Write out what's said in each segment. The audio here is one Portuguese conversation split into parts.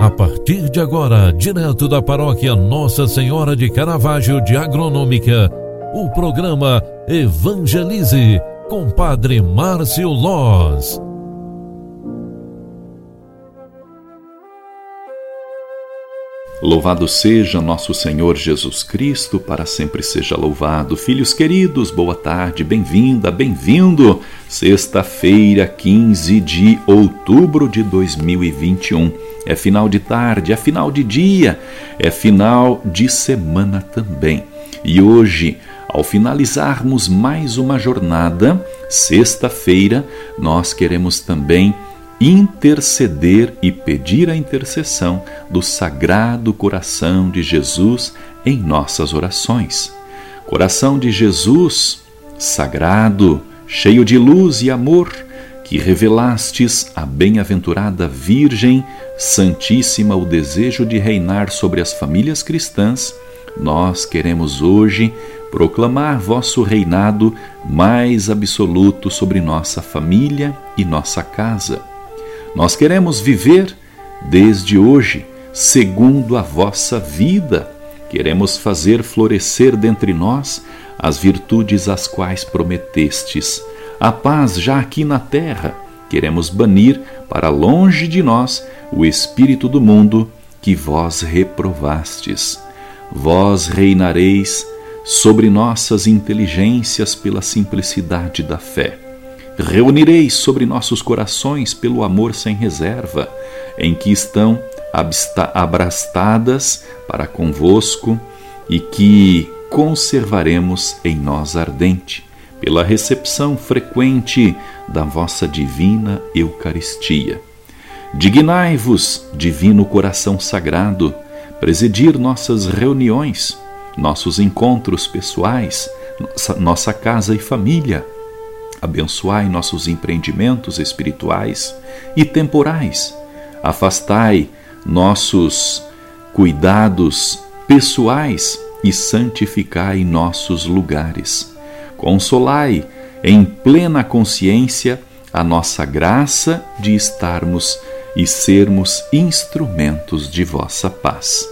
A partir de agora, direto da paróquia Nossa Senhora de Caravaggio de Agronômica, o programa Evangelize com Padre Márcio Loz. Louvado seja nosso Senhor Jesus Cristo, para sempre seja louvado. Filhos queridos, boa tarde, bem-vinda, bem-vindo. Sexta-feira, 15 de outubro de 2021. É final de tarde, é final de dia, é final de semana também. E hoje, ao finalizarmos mais uma jornada, sexta-feira, nós queremos também interceder e pedir a intercessão do Sagrado Coração de Jesus em nossas orações. Coração de Jesus, sagrado, cheio de luz e amor, que revelastes à bem-aventurada Virgem Santíssima o desejo de reinar sobre as famílias cristãs, nós queremos hoje proclamar vosso reinado mais absoluto sobre nossa família e nossa casa. Nós queremos viver desde hoje segundo a vossa vida. Queremos fazer florescer dentre nós as virtudes as quais prometestes. A paz já aqui na terra. Queremos banir para longe de nós o espírito do mundo que vós reprovastes. Vós reinareis sobre nossas inteligências pela simplicidade da fé. Reunireis sobre nossos corações pelo amor sem reserva, em que estão abrastadas para convosco e que conservaremos em nós ardente, pela recepção frequente da vossa divina Eucaristia. Dignai-vos, divino coração sagrado, presidir nossas reuniões, nossos encontros pessoais, nossa casa e família. Abençoai nossos empreendimentos espirituais e temporais. Afastai nossos cuidados pessoais e santificai nossos lugares. Consolai em plena consciência a nossa graça de estarmos e sermos instrumentos de vossa paz.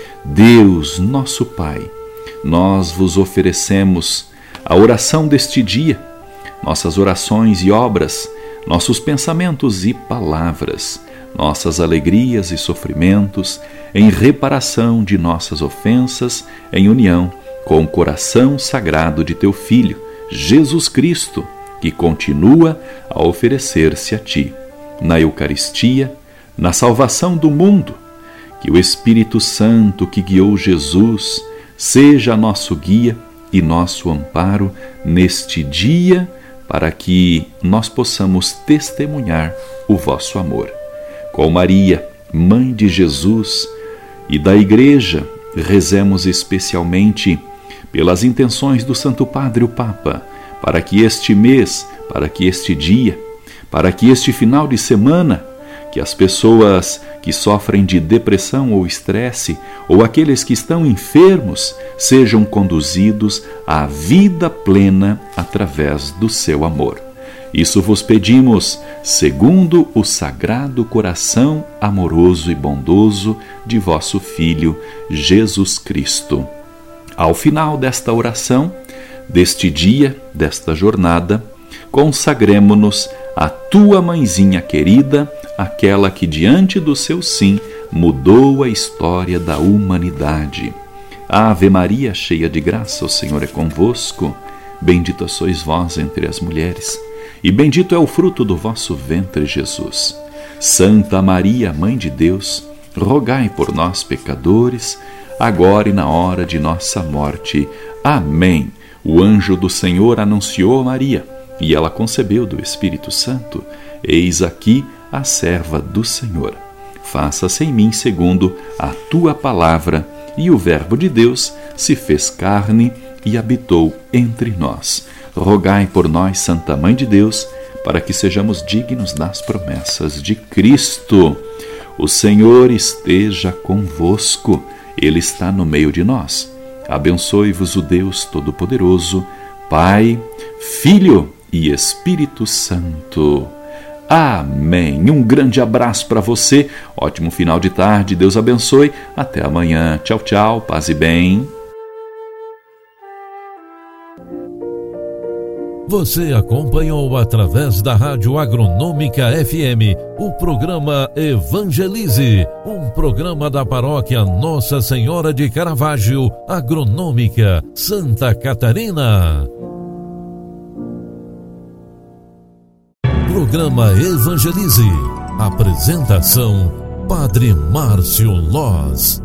Deus, nosso Pai, nós vos oferecemos a oração deste dia, nossas orações e obras, nossos pensamentos e palavras, nossas alegrias e sofrimentos, em reparação de nossas ofensas, em união com o coração sagrado de teu Filho, Jesus Cristo, que continua a oferecer-se a ti, na Eucaristia, na salvação do mundo. Que o Espírito Santo que guiou Jesus seja nosso guia e nosso amparo neste dia, para que nós possamos testemunhar o vosso amor. Com Maria, Mãe de Jesus e da Igreja, rezemos especialmente pelas intenções do Santo Padre o Papa, para que este mês, para que este dia, para que este final de semana, que as pessoas que sofrem de depressão ou estresse, ou aqueles que estão enfermos, sejam conduzidos à vida plena através do seu amor. Isso vos pedimos, segundo o Sagrado Coração amoroso e bondoso de vosso Filho, Jesus Cristo. Ao final desta oração, deste dia, desta jornada, consagremo-nos à tua mãezinha querida, aquela que diante do seu sim mudou a história da humanidade. Ave Maria, cheia de graça, o Senhor é convosco. Bendita sois vós entre as mulheres, e bendito é o fruto do vosso ventre, Jesus. Santa Maria, Mãe de Deus, rogai por nós, pecadores, agora e na hora de nossa morte. Amém. O anjo do Senhor anunciou a Maria, e ela concebeu do Espírito Santo. Eis aqui a serva do Senhor. Faça-se em mim segundo a tua palavra. E o Verbo de Deus se fez carne e habitou entre nós. Rogai por nós, Santa Mãe de Deus, para que sejamos dignos das promessas de Cristo. O Senhor esteja convosco, Ele está no meio de nós. Abençoe-vos o Deus Todo-Poderoso, Pai, Filho e Espírito Santo. Amém. Um grande abraço para você, ótimo final de tarde, Deus abençoe, até amanhã. Tchau, tchau, paz e bem. Você acompanhou através da Rádio Agronômica FM o programa Evangelize, um programa da paróquia Nossa Senhora de Caravaggio, Agronômica, Santa Catarina. Programa Evangelize. Apresentação: Padre Márcio Loz.